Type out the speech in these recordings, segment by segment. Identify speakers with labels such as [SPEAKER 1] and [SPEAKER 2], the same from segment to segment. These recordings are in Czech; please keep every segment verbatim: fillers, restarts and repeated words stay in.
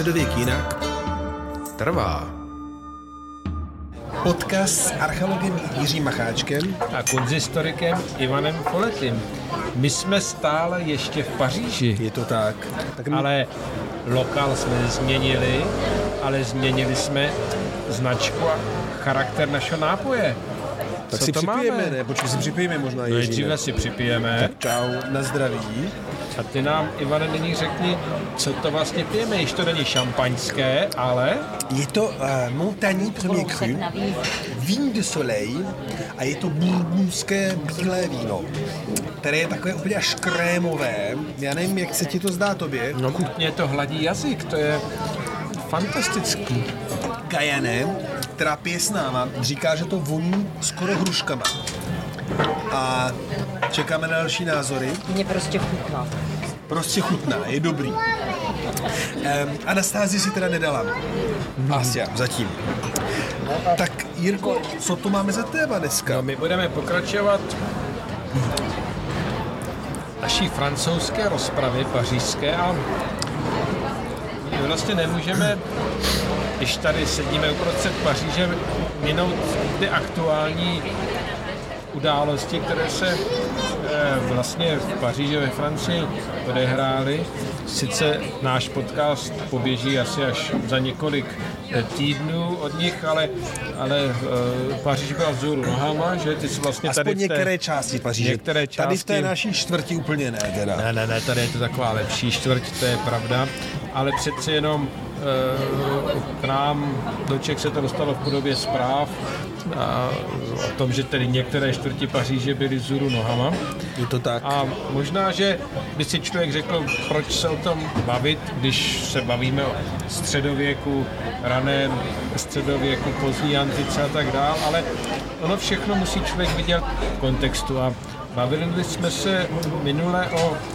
[SPEAKER 1] Středověk jinak trvá. Podcast s archeologem Jiřím Macháčkem
[SPEAKER 2] a kunzhistorikem Ivanem Foletym. My jsme stále ještě v Paříži.
[SPEAKER 1] Je to tak. tak my...
[SPEAKER 2] Ale lokál jsme změnili, ale změnili jsme značku a charakter našeho nápoje.
[SPEAKER 1] Tak
[SPEAKER 2] Co
[SPEAKER 1] si
[SPEAKER 2] to
[SPEAKER 1] připijeme,
[SPEAKER 2] máme?
[SPEAKER 1] ne? Počkej, si připijeme možná,
[SPEAKER 2] No,
[SPEAKER 1] Jiří.
[SPEAKER 2] nejdříve si připijeme.
[SPEAKER 1] Tak čau, na zdraví.
[SPEAKER 2] A ty nám, Ivane, nyní řekni, co to vlastně pijeme. Již to není šampaňské, ale...
[SPEAKER 1] Je to uh, Montagny Premier Cru, Vigne de Soleil a je to bourbonské bílé víno, které je takové úplně až krémové. Já nevím, jak se ti to zdá tobě.
[SPEAKER 2] No, mě to hladí jazyk, to je fantastický.
[SPEAKER 1] Guyane, která pije s náma, říká, že to voní skoro hruškama. A čekáme na další názory.
[SPEAKER 3] Mně prostě chutná.
[SPEAKER 1] Prostě chutná, je dobrý. Um, Anastázii si teda nedala. Asi zatím. Tak Jirko, co tu máme za téma dneska?
[SPEAKER 2] No, my budeme pokračovat naší francouzské rozpravy pařížské a my vlastně nemůžeme, když tady sedíme uprostřed Paříže, minout ty aktuální události, které se e, vlastně v Paříži ve Francii odehrály. Sice náš podcast poběží asi až za několik týdnů od nich, ale, ale e, Paříž byla vzhůru nohama, že ty jsi vlastně
[SPEAKER 1] aspoň
[SPEAKER 2] tady v té,
[SPEAKER 1] některé části Paříže.
[SPEAKER 2] Některé části,
[SPEAKER 1] tady v té naší čtvrti úplně ne, teda.
[SPEAKER 2] Ne, ne, ne, tady je to taková lepší čtvrť, to je pravda, ale přeci jenom e, k nám do Čech se to dostalo v podobě zpráv a, o tom, že tedy některé čtvrti Paříže byly vzhůru nohama.
[SPEAKER 1] Je to tak.
[SPEAKER 2] A možná, že by si člověk řekl, proč se o tom bavit, když se bavíme o středověku, raném středověku, pozdní antice a tak dál, ale ono všechno musí člověk vidět v kontextu a bavili jsme se minule o e,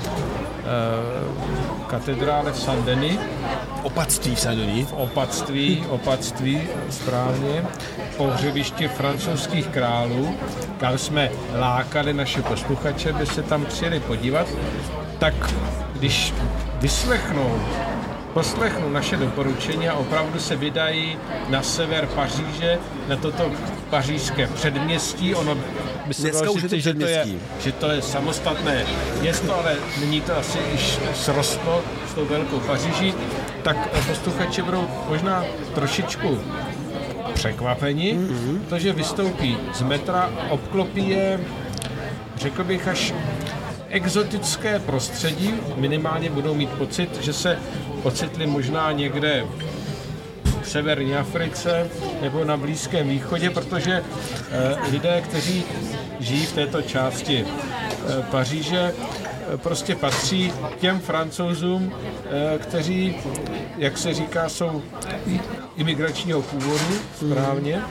[SPEAKER 2] katedrále v Saint-Denis.
[SPEAKER 1] Opatství v Saint-Denis.
[SPEAKER 2] V opatství, opatství, správně, pohřebiště francouzských králů, kam jsme lákali naše posluchače, aby se tam přijeli podívat, tak když vyslechnou, poslechnou naše doporučení a opravdu se vydají na sever Paříže, na toto pařížské předměstí, ono by se dalo říct, že to je, že to je samostatné město, ale není to asi již srostlo s tou velkou Paříží, tak posluchači budou možná trošičku překvapeni, mm-hmm. protože vystoupí z metra, obklopí je, řekl bych, až exotické prostředí, minimálně budou mít pocit, že se ocitli možná někde v severní Africe nebo na Blízkém východě, protože eh, lidé, kteří žijí v této části eh, Paříže, eh, prostě patří těm Francouzům, eh, kteří, jak se říká, jsou imigračního původu, správně.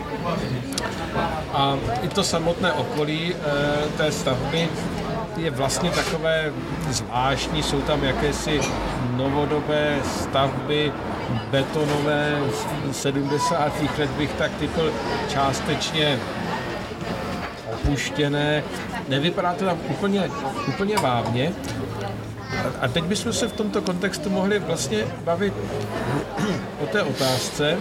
[SPEAKER 2] A i to samotné okolí eh, té stavby je vlastně takové zvláštní, jsou tam jakési novodobé stavby, betonové, sedmdesátých let bych tak typl, částečně opuštěné. Nevypadá to tam úplně, úplně vábně. A teď bychom se v tomto kontextu mohli vlastně bavit o té otázce,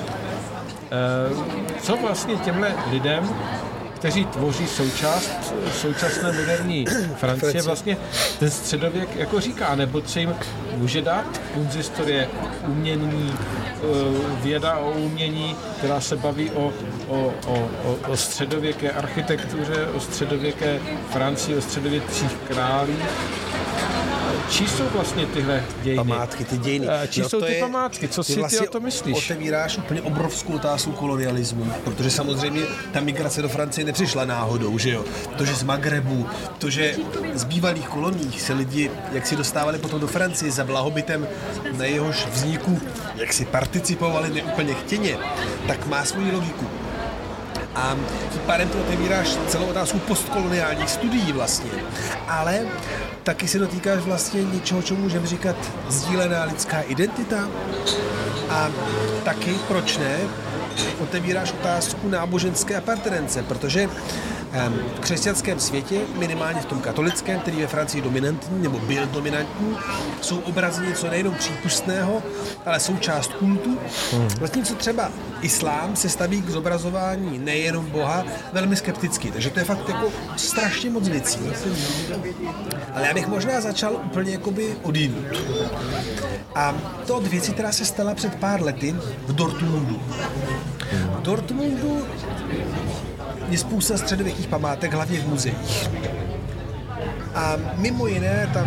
[SPEAKER 2] co vlastně těmhle lidem, kteří tvoří součást současné moderní Francie, vlastně ten středověk jako říká, nebo co jim může dát kunzhistorie, umění, věda o umění, která se baví o, o, o, o středověké architektuře, o středověké Francii, o středověkých králích. Čí jsou vlastně tyhle dějiny?
[SPEAKER 1] Památky, ty dějiny.
[SPEAKER 2] Čí no jsou ty je,
[SPEAKER 1] ty
[SPEAKER 2] památky? Co si
[SPEAKER 1] vlastně
[SPEAKER 2] ty o to myslíš?
[SPEAKER 1] Otevíráš úplně obrovskou otázku kolonialismu, protože samozřejmě ta migrace do Francie nepřišla náhodou, že jo? To, že z Magrebu, to, že z bývalých kolonií se lidi, jak si dostávali potom do Francie za blahobytem, na jehož vzniku, jak si participovali neúplně chtěně, tak má svou logiku. A tím pádem to otevíráš celou otázku postkoloniálních studií vlastně. Ale taky se dotýkáš vlastně něčeho, čemu můžeme říkat sdílená lidská identita. A taky, proč ne, otevíráš otázku náboženské apartenence, protože v křesťanském světě, minimálně v tom katolickém, který je ve Francii dominantní, nebo byl dominantní, jsou obrazy něco nejenom přípustného, ale součást kultu. Zatímco třeba islám se staví k zobrazování nejenom Boha velmi skepticky, takže to je fakt jako strašně moc věcí. Ale já bych možná začal úplně jakoby odjinud. A to od věci, která se stala před pár lety v Dortmundu. V Dortmundu je spousta středověkých památek, hlavně v muzeích. A mimo jiné tam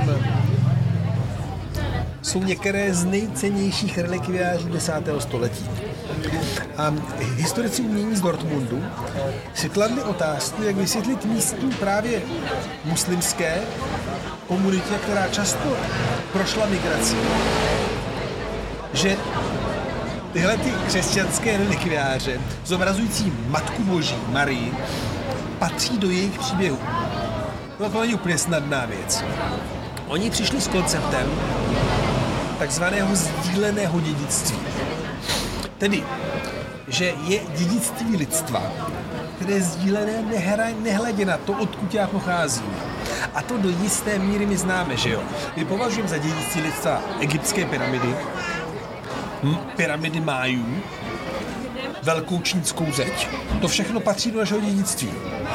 [SPEAKER 1] jsou některé z nejcennějších relikviářů desátého století. A historici umění z Dortmundu si kladli otázku, jak vysvětlit místní právě muslimské komunitě, která často prošla migrací, že tyhle ty křesťanské relikviáře zobrazující Matku Boží, Marii, patří do jejich příběhu. No to není úplně snadná věc. Oni přišli s konceptem takzvaného sdíleného dědictví. Tedy, že je dědictví lidstva, které je sdílené nehledě na to, odkud já pocházím. A to do jisté míry my známe, že jo? My považujeme za dědictví lidstva egyptské pyramidy, pyramidy Májů, velkou čínskou zeď. To všechno patří do našeho dědictví.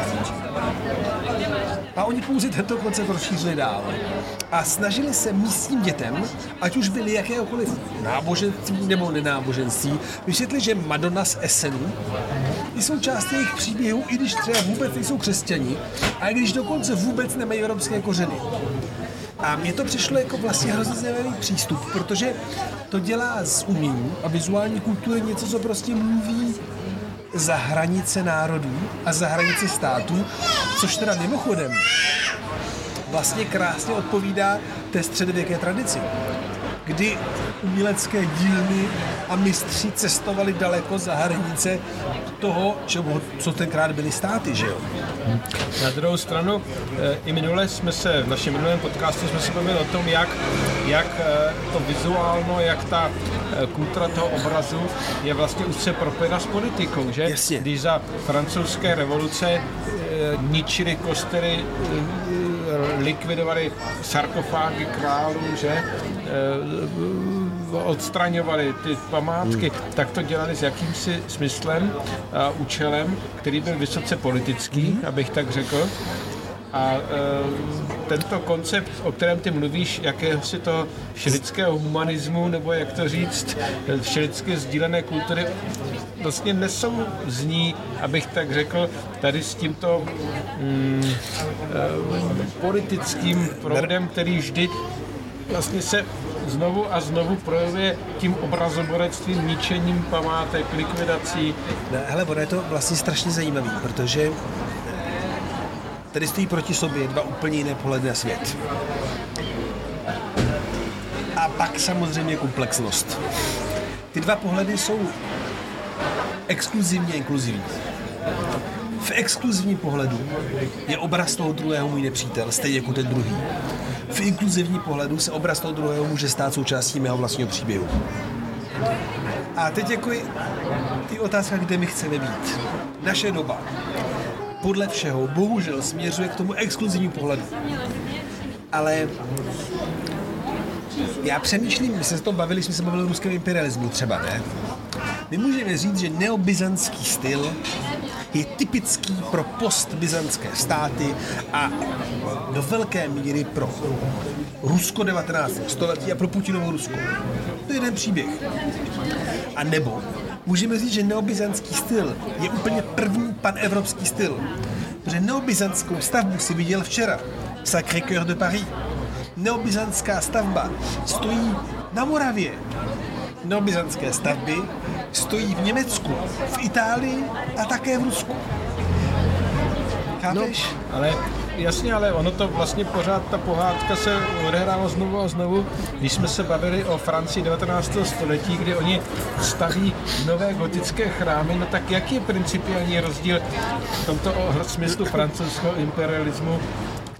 [SPEAKER 1] A oni pouze tento koncept rozšířili dál. A snažili se místním dětem, ať už byli jakéhokoliv náboženství nebo nenáboženství, vysvětlit, že Madonna z Essenu je součástí jejich příběhu, i když třeba vůbec nejsou křesťani, a i když dokonce vůbec nemají evropské kořeny. A mně to přišlo jako vlastně hrozně zajímavý přístup, protože to dělá z umění a vizuální kultury něco, co prostě mluví za hranice národů a za hranice států, což teda mimochodem vlastně krásně odpovídá té středověké tradici, kdy umělecké dílny a mistři cestovali daleko za hranice toho, čeho, co tenkrát byly státy, že jo?
[SPEAKER 2] Na druhou stranu, i minule jsme se, v našem minulém podcastu jsme se bavili o tom, jak, jak to vizuálno, jak ta kultura toho obrazu je vlastně úzce propojena s politikou, že?
[SPEAKER 1] Jasně.
[SPEAKER 2] Když za francouzské revoluce ničili kostely, likvidovali sarkofágy králů, že? Odstraňovali ty památky, hmm. tak to dělali s jakýmsi smyslem a účelem, který byl vysoce politický, hmm. abych tak řekl. A e, tento koncept, o kterém ty mluvíš, jakéhosi to šilického humanismu, nebo jak to říct, šilické sdílené kultury, vlastně nesouzní, abych tak řekl, tady s tímto mm, e, politickým proudem, který vždy vlastně se znovu a znovu projevuje tím obrazoborectvím, ničením památek, likvidací.
[SPEAKER 1] No, hele, ono je to vlastně strašně zajímavý, protože tady stojí proti sobě dva úplně jiné pohledy na svět. A pak samozřejmě komplexnost. Ty dva pohledy jsou exkluzivně inkluzivní. V exkluzivním pohledu je obraz toho druhého můj nepřítel, stejně jako ten druhý. V inkluzivním pohledu se obraz toho druhého může stát součástí mého vlastního příběhu. A teď jako ty otázka, kde my chceme být. Naše doba podle všeho bohužel směřuje k tomu exkluzivnímu pohledu. Ale já přemýšlím, my jsme se to bavili, jsme se bavili o ruském imperialismu třeba, ne? My můžeme říct, že neobyzantský styl je typický pro postbyzantské státy a do velké míry pro Rusko devatenáctého století a pro Putinovo Rusko. To je jeden příběh. A nebo můžeme říct, že neobyzantský styl je úplně první panevropský styl. Protože neobyzantskou stavbu si viděl včera. Sacré-Cœur de Paris. Neobyzantská stavba stojí na Moravě. Neobyzantské stavby stojí v Německu, v Itálii a také v Rusku. Chápeš?
[SPEAKER 2] No, ale jasně, ale ono to vlastně pořád, ta pohádka se odehrává znovu a znovu. Když jsme se bavili o Francii devatenáctého století, kdy oni staví nové gotické chrámy, no tak jaký je principiální rozdíl v tomto smyslu francouzského imperialismu,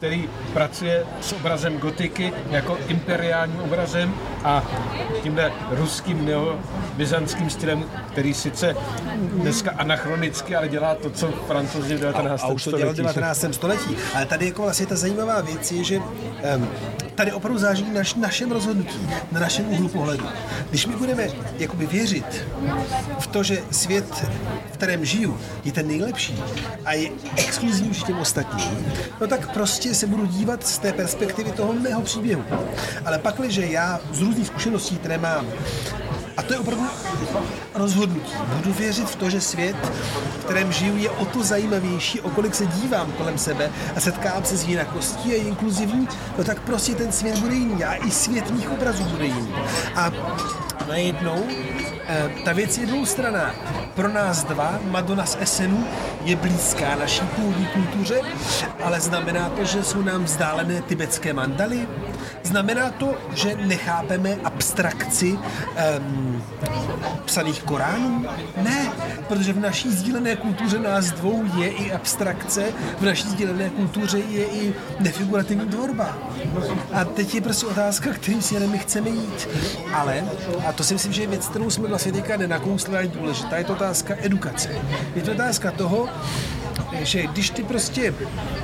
[SPEAKER 2] který pracuje s obrazem gotiky jako imperiálním obrazem a tímhle ruským neobizantským stylem, který sice dneska anachronicky, ale dělá to, co Francouzi v devatenáctém
[SPEAKER 1] A už to dělal v devatenáctém století. Ale tady jako vlastně ta zajímavá věc je, že um, tady opravdu záleží na naš, našem rozhodnutí, na našem úhlu pohledu. Když my budeme jakoby věřit v to, že svět, v kterém žiju, je ten nejlepší a je exkluzivní těm ostatním, no tak prostě se budu dívat z té perspektivy toho mého příběhu. Ale pakliže já z různých zkušeností, které mám, a to je opravdu rozhodnutí. Budu věřit v to, že svět, v kterém žiju, je o to zajímavější, o kolik se dívám kolem sebe a setkám se s jinakostí a je inkluzivní, no tak prostě ten svět bude jiný a i svět mých obrazů bude jiný. A najednou ta věc je dvoustranná. Pro nás dva, Madonna z Essenu je blízká naší původní kultuře, ale znamená to, že jsou nám vzdálené tibetské mandaly? Znamená to, že nechápeme abstrakci um, psaných Koránů? Ne, protože v naší sdílené kultuře nás dvou je i abstrakce, v naší sdílené kultuře je i nefigurativní tvorba. A teď je prostě otázka, kterým směrem my chceme jít. Ale, a to si myslím, že je věc, kterou jsme vlastně teďka nenakousli, ale důležitá, je to otázka edukace. Je to otázka toho, že když ty prostě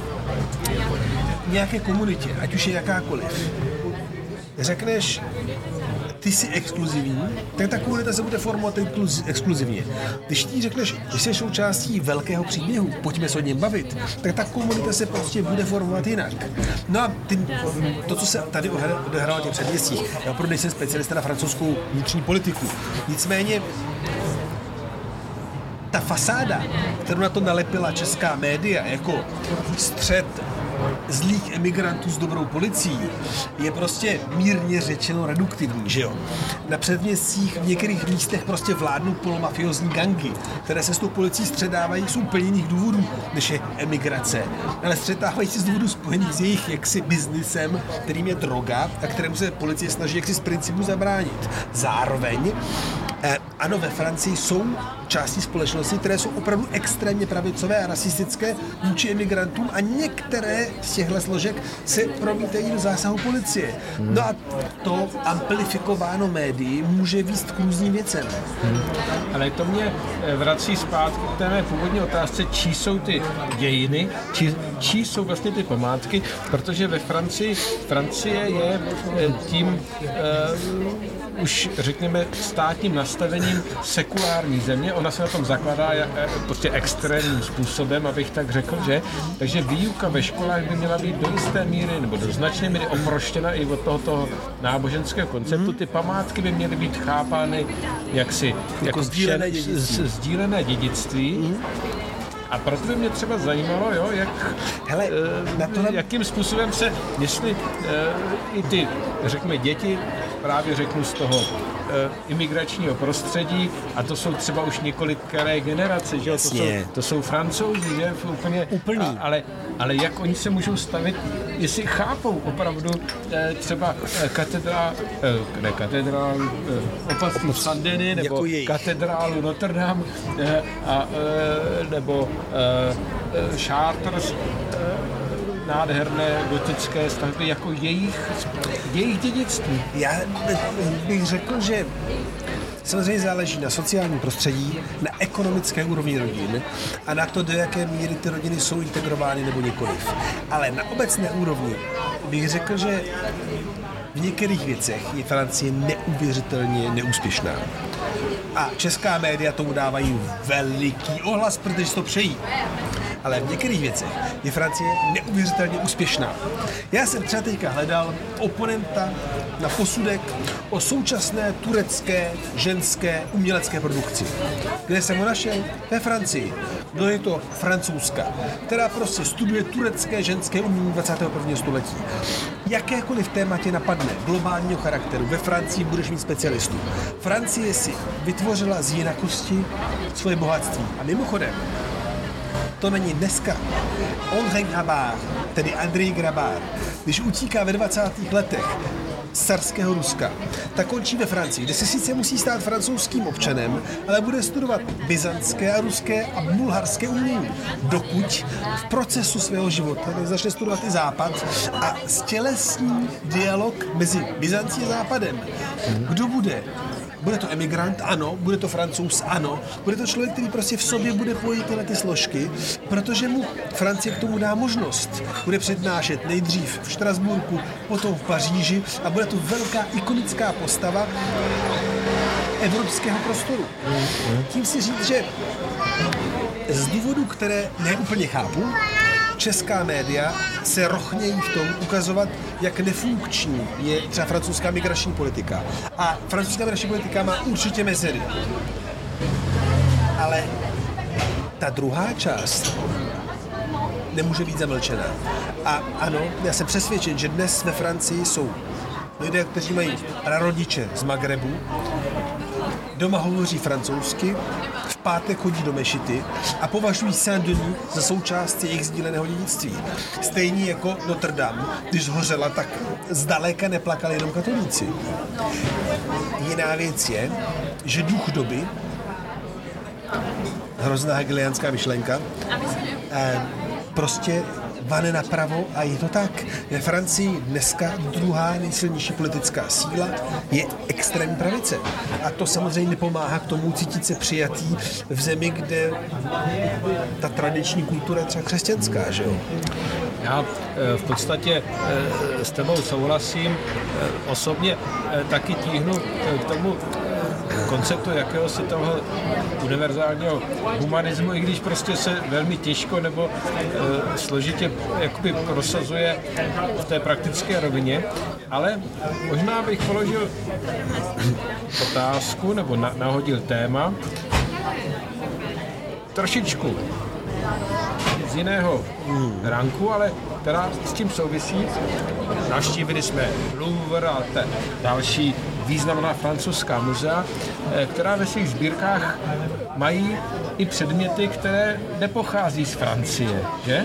[SPEAKER 1] nějaké komunitě, ať už je jakákoliv, řekneš, ty jsi exkluzivní, tak ta komunita se bude formovat exkluzivně. Když ti řekneš, že jsi součástí velkého příběhu, pojďme se o něm bavit, tak ta komunita se prostě bude formovat jinak. No a ty, to, co se tady odehrálo těch předměstích, já opravdu nejsem specialista na francouzskou vnitřní politiku. Nicméně ta fasáda, kterou na to nalepila česká média jako střet zlých emigrantů s dobrou policií, je prostě mírně řečeno reduktivní, že jo? Na předměstích v některých místech prostě vládnou polomafiozní gangy, které se s tou policií středávají z úplně jiných důvodů, než je emigrace, ale střetávají se z důvodů spojených s jejich jaksi biznisem, kterým je droga a kterému se policie snaží jaksi z principu zabránit. Zároveň Eh, ano, ve Francii jsou části společnosti, které jsou opravdu extrémně pravicové a rasistické vůči emigrantům a některé z těchto složek se promítají do zásahu policie. Hmm. No a to amplifikováno médií může vést k různým věcem.
[SPEAKER 2] Hmm. Ale to mě vrací zpátky k té mé původní otázce, čí jsou ty dějiny, čí, čí jsou vlastně ty památky, protože ve Francii, Francie je tím uh, už řekněme státním nastavením sekulární země. Ona se na tom zakládá prostě extrémním způsobem, abych tak řekl, že? Takže výuka ve školách by měla být do jisté míry nebo do značné míry omroštěna i od tohoto náboženského konceptu. Ty památky by měly být chápány jaksi jako,
[SPEAKER 1] jako sdílené dědictví.
[SPEAKER 2] Sdílené dědictví. Mm. A proto by mě třeba zajímalo, jo, jak,
[SPEAKER 1] Hele, na to...
[SPEAKER 2] jakým způsobem se, jestli uh, i ty, řekněme, děti, právě řeknu z toho uh, imigračního prostředí, a to jsou třeba už několikeré generace, že jo, to jsou, to jsou Francouzi, že, úplně,
[SPEAKER 1] Úplný.
[SPEAKER 2] A, ale, ale jak oni se můžou stavit, jestli chápou opravdu uh, třeba uh, katedrál, uh, ne katedrál, uh, opatství v Saint-Denis, nebo jako katedrálu Notre Dame, uh, a, uh, nebo Uh, uh, Chartres, uh, nádherné gotické stavby jako jejich, jejich dědictví.
[SPEAKER 1] Já bych řekl, že samozřejmě záleží na sociálním prostředí, na ekonomické úrovni rodin a na to, do jaké míry ty rodiny jsou integrovány nebo nikoliv. Ale na obecné úrovni bych řekl, že v některých věcech je Francie neuvěřitelně neúspěšná. A česká média tomu dávají veliký ohlas, protože si to přejí. Ale v některých věcech je Francie neuvěřitelně úspěšná. Já jsem třeba teďka hledal oponenta na posudek o současné turecké ženské umělecké produkci. Kde jsem ho našel? Ve Francii. No je to Francouzska, která prostě studuje turecké ženské umění dvacátého prvního století. Jakékoliv téma tě napadne, globálního charakteru, ve Francii budeš mít specialistu. Francie si vytvořila z jinakosti svoje bohatství. A mimochodem, to není dneska. André Grabart, tedy Andrej Grabart, když utíká ve dvacátých letech z carského Ruska, tak končí ve Francii, kde se sice musí stát francouzským občanem, ale bude studovat byzantské a ruské a bulharské umění, dokud v procesu svého života začne studovat i Západ a stělesní dialog mezi Byzancí a Západem. Kdo bude? Bude to emigrant? Ano. Bude to Francouz? Ano. Bude to člověk, který prostě v sobě bude pojít tyhle ty složky, protože mu Francie k tomu dá možnost. Bude přednášet nejdřív v Štrasburku, potom v Paříži a bude to velká ikonická postava evropského prostoru. Tím si říct, že z důvodu, které neúplně chápu, česká média se rochnějí v tom ukazovat, jak nefunkční je třeba francouzská migrační politika. A francouzská migrační politika má určitě mezery. Ale ta druhá část nemůže být zamlčená. A ano, já jsem přesvědčen, že dnes ve Francii jsou lidé, kteří mají prarodiče z Magrebu, doma hovoří francouzsky, v pátek chodí do mešity a považují Saint-Denis za součást jejich sdíleného dědictví. Stejně jako Notre Dame, když zhořela, tak zdaleka neplakali jenom katolíci. Jiná věc je, že duch doby, hrozná hegeliánská myšlenka, eh, prostě vane napravo a je to tak. Ve Francii dneska druhá nejsilnější politická síla je extrémní pravice. A to samozřejmě nepomáhá k tomu cítit se přijatý v zemi, kde ta tradiční kultura je třeba křesťanská, že jo?
[SPEAKER 2] Já v podstatě s tebou souhlasím. Osobně taky tíhnu k tomu konceptu jakéhosi toho univerzálního humanismu, i když prostě se velmi těžko nebo e, složitě jakoby prosazuje v té praktické rovině, ale možná bych položil otázku nebo na, nahodil téma trošičku z jiného ranku, ale která s tím souvisí. Navštívili jsme Louvre a te další významná francouzská muzea, která ve svých sbírkách mají i předměty, které nepochází z Francie, že?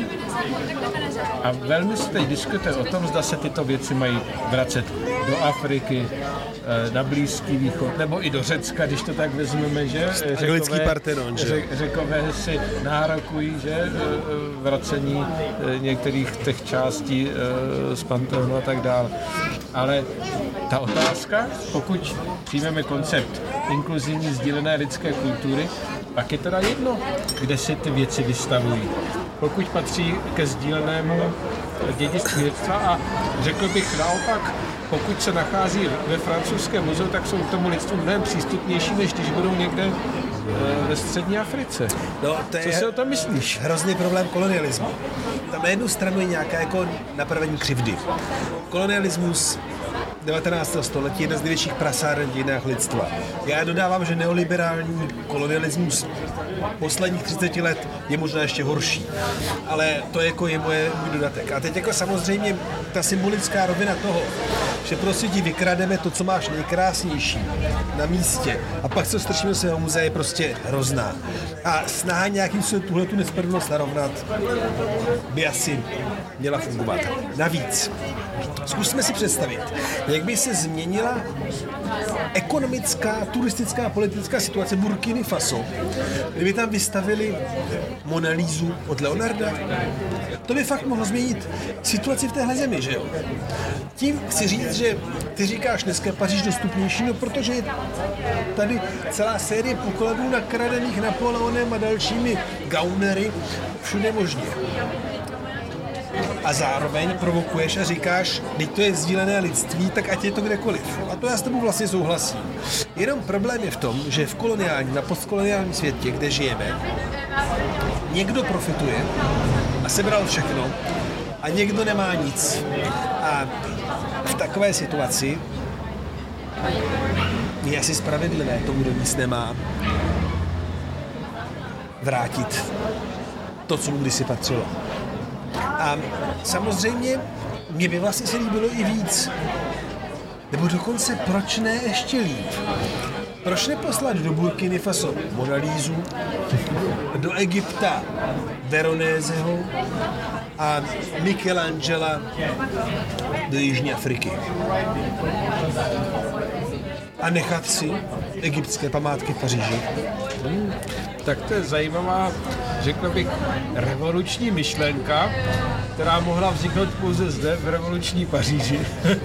[SPEAKER 2] A velmi se teď diskutuje o tom, zda se tyto věci mají vracet do Afriky, na Blízký východ, nebo i do Řecka, když to tak vezmeme, že?
[SPEAKER 1] Anglický Parthenon, že?
[SPEAKER 2] Řekové si nárokují, že? Vracení některých těch částí z Pantheonu a tak dále. Ale ta otázka, pokud přijmeme koncept inkluzivní sdílené lidské kultury, pak je teda jedno, kde se ty věci vystavují. Pokud patří ke sdílenému dědictví lidstva a řekl bych naopak, pokud se nachází ve francouzském muzeu, tak jsou k tomu lidstvu mnohem přístupnější, než když budou někde ve střední Africe.
[SPEAKER 1] No, to je
[SPEAKER 2] Co si o tom myslíš?
[SPEAKER 1] Hrozný problém kolonialismu. Tam na jednu stranu je nějaká jako napravení křivdy. Kolonialismus devatenáctého století je jedna z největších prasáren v dějinách lidstva. Já dodávám, že neoliberální kolonialismus posledních třicet let je možná ještě horší. Ale to jako je moje, můj dodatek. A teď jako samozřejmě ta symbolická rovina toho, že prostě ti vykrademe to, co máš nejkrásnější na místě a pak se strčíme do svého muzea, je prostě hrozná. A snaha nějakým způsobem tuhle tu nespravedlnost narovnat by asi měla fungovat. Navíc, zkusme si představit, jak by se změnila ekonomická, turistická, politická situace Burkiny Faso, kdyby tam vystavili Mona Lisu od Leonarda. To by fakt mohlo změnit situaci v téhle zemi, že jo? Tím chci říct, že ty říkáš dneska Paříž dostupnější, no protože je tady celá série pokladů nakradených Napoleonem a dalšími gaunery všude možně. A zároveň provokuješ a říkáš, když to je sdílené lidství, tak ať je to kdekoliv. A to já s tebou vlastně souhlasím. Jenom problém je v tom, že v koloniálním, na postkoloniálním světě, kde žijeme, někdo profituje a sebral všechno a někdo nemá nic. A v takové situaci je asi spravedlivé tomu, kdo nic nemá, vrátit to, co mu kdysi patřilo. A samozřejmě mě by vlastně se líbilo i víc. Nebo dokonce proč ne ještě líp. Proč neposlat do Burkiny Faso Mona Lízu, do Egypta Veronézeho a Michelangela do Jižní Afriky? A nechat si egyptské památky v Paříži?
[SPEAKER 2] Hmm, tak to je zajímavá, řekl bych, revoluční myšlenka, která mohla vzniknout pouze zde v revoluční Paříži.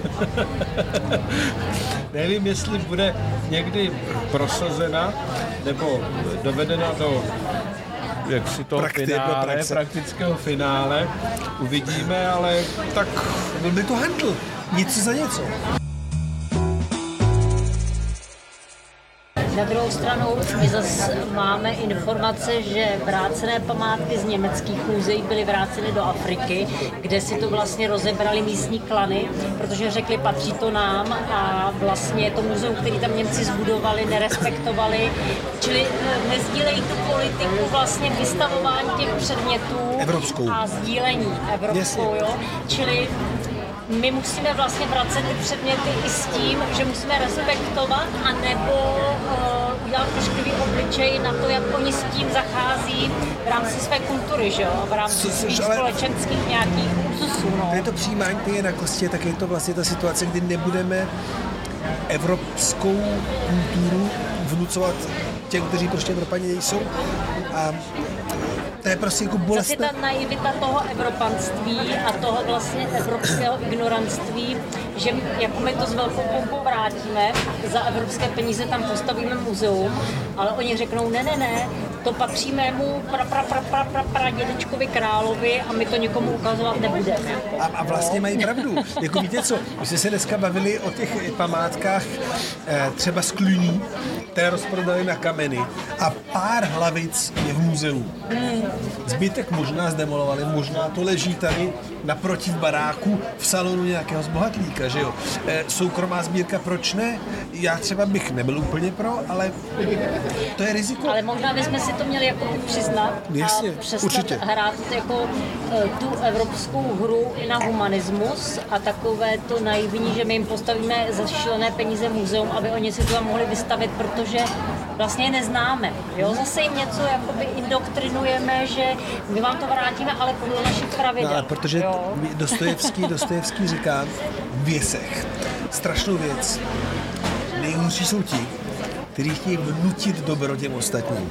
[SPEAKER 2] Nevím, jestli bude někdy prosazena nebo dovedena do jak si toho
[SPEAKER 1] Prakti-
[SPEAKER 2] finále, praktického finále. Uvidíme, ale tak...
[SPEAKER 1] Byl by to handl. Něco za něco.
[SPEAKER 3] Na druhou stranu my zase máme informace, že vrácené památky z německých muzeí byly vráceny do Afriky, kde si to vlastně rozebrali místní klany, protože řekli, patří to nám a vlastně to muzeum, který tam Němci zbudovali, nerespektovali, čili nezdílejí tu politiku vlastně vystavování těch předmětů
[SPEAKER 1] Evropskou.
[SPEAKER 3] A sdílení evropskou, jo, čili my musíme vlastně vracet ty předměty i s tím, že musíme respektovat anebo uh, udělat trošklivý obličej na to, jak oni s tím zachází v rámci své kultury, že jo? V rámci svých ale... společenských nějakých úzusů. No.
[SPEAKER 1] To je to přijímání té jednakosti, tak je to vlastně ta situace, kdy nebudeme evropskou kulturu vnucovat těm, kteří prostě Evropani nejsou. A to je prostě jako bolestné.
[SPEAKER 3] Zase ta naivita toho evropanství a toho vlastně evropského ignorantství, že jako my to s velkou pompou vrátíme, za evropské peníze tam postavíme muzeum, ale oni řeknou, ne, ne, ne, to patří mému pra, pra, pra, pra, pra, pra dědečkovi královi a my to nikomu ukazovat nebudeme.
[SPEAKER 1] A, a vlastně mají pravdu. Jako víte co, my jsme se dneska bavili o těch památkách eh, třeba z Cluny, které rozprodali na kameny a pár hlavic je v muzeu. Hmm. Zbytek možná zdemolovali, možná to leží tady naproti v baráku v salonu nějakého zbohatlíka, že jo. E, soukromá sbírka, proč ne? Já třeba bych nebyl úplně pro, ale to je riziko.
[SPEAKER 3] Ale možná bychom si to měli jako přiznat
[SPEAKER 1] Jasně,
[SPEAKER 3] a přestat
[SPEAKER 1] určitě.
[SPEAKER 3] hrát jako tu evropskou hru na humanismus a takové to naivní, že my jim postavíme za šílené peníze muzeum, aby oni si to tam mohli vystavit, protože vlastně je neznáme. Jo? Zase jim něco jakoby indoktrinujeme, že my vám to vrátíme, ale podle našich pravidel.
[SPEAKER 1] No, protože Dostojevský, Dostojevský říká v věsech strašnou věc. Nejhorší jsou ti, kteří chtějí vnutit dobro těm ostatním.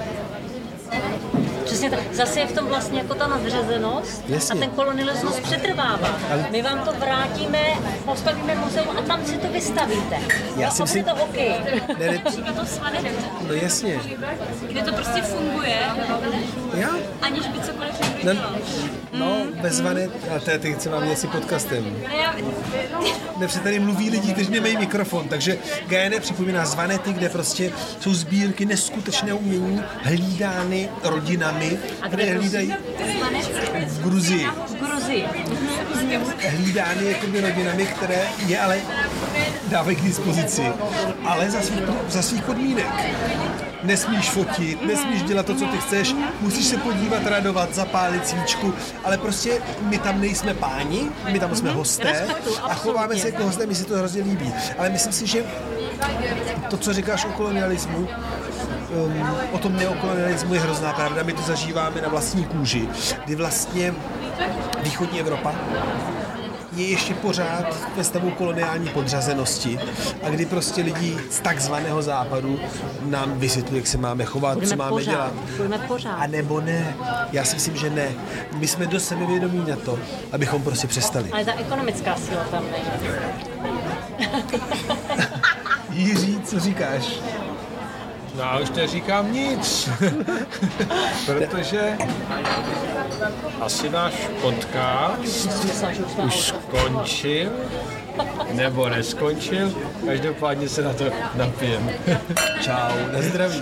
[SPEAKER 3] Přesně tak. Zase je v tom vlastně jako ta nadřazenost. Jasně. A ten kolonialismus přetrvává. Ale... My vám to vrátíme, postavíme muzeum a tam si to vystavíte.
[SPEAKER 1] Já si myslím...
[SPEAKER 3] to hokej.
[SPEAKER 1] Ne, ne...
[SPEAKER 4] Přijde to s Vanetem.
[SPEAKER 1] No jasně.
[SPEAKER 4] Kde to prostě funguje,
[SPEAKER 1] já?
[SPEAKER 4] aniž by cokoliv
[SPEAKER 1] no, no, bez Vanet, a to je teď se vám měli podcastem. Ne, se tady mluví lidi, kteří nemají mikrofon, takže G N připomíná z Vanety, kde prostě jsou sbírky neskutečné umění, hlídány rodinami, které hlídají v Gruzii.
[SPEAKER 3] V Gruzii.
[SPEAKER 1] Hlídány jakoby rodinami, které je ale dávají k dispozici, ale za svých, za svých podmínek. Nesmíš fotit, nesmíš dělat to, co ty chceš, musíš se podívat, radovat, zapálit svíčku, ale prostě my tam nejsme páni, my tam jsme hosté a chováme se jako hosté, mi se to hrozně líbí. Ale myslím si, že to, co říkáš o kolonialismu, um, o tom neokolonialismu je hrozná pravda, my to zažíváme na vlastní kůži, kdy vlastně východní Evropa je ještě pořád ve stavu koloniální podřazenosti a kdy prostě lidi z takzvaného západu nám vysvětlují, jak se máme chovat,
[SPEAKER 3] budeme
[SPEAKER 1] co máme
[SPEAKER 3] pořád,
[SPEAKER 1] dělat.
[SPEAKER 3] Budeme pořád.
[SPEAKER 1] A nebo ne. Já si myslím, že ne. My jsme dost sebevědomí na to, abychom prostě přestali.
[SPEAKER 3] Ale ta ekonomická síla tam není.
[SPEAKER 1] Jiří, co říkáš?
[SPEAKER 2] No a už neříkám nic, protože asi náš podcast už skončil, nebo neskončil, každopádně se na to napijem.
[SPEAKER 1] Čau, na zdraví.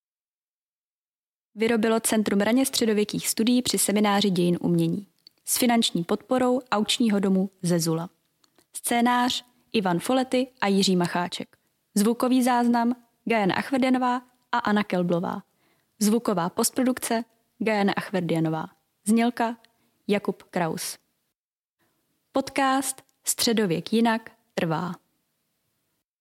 [SPEAKER 5] Vyrobilo Centrum raně středověkých studií při semináři dějin umění s finanční podporou Aukčního domu Zezula. Scénář Ivan Folety a Jiří Macháček. Zvukový záznam Gajana Achverdianová a Anna Kelblová. Zvuková postprodukce Gajana Achverdianová. Znělka Jakub Kraus. Podcast Středověk jinak trvá.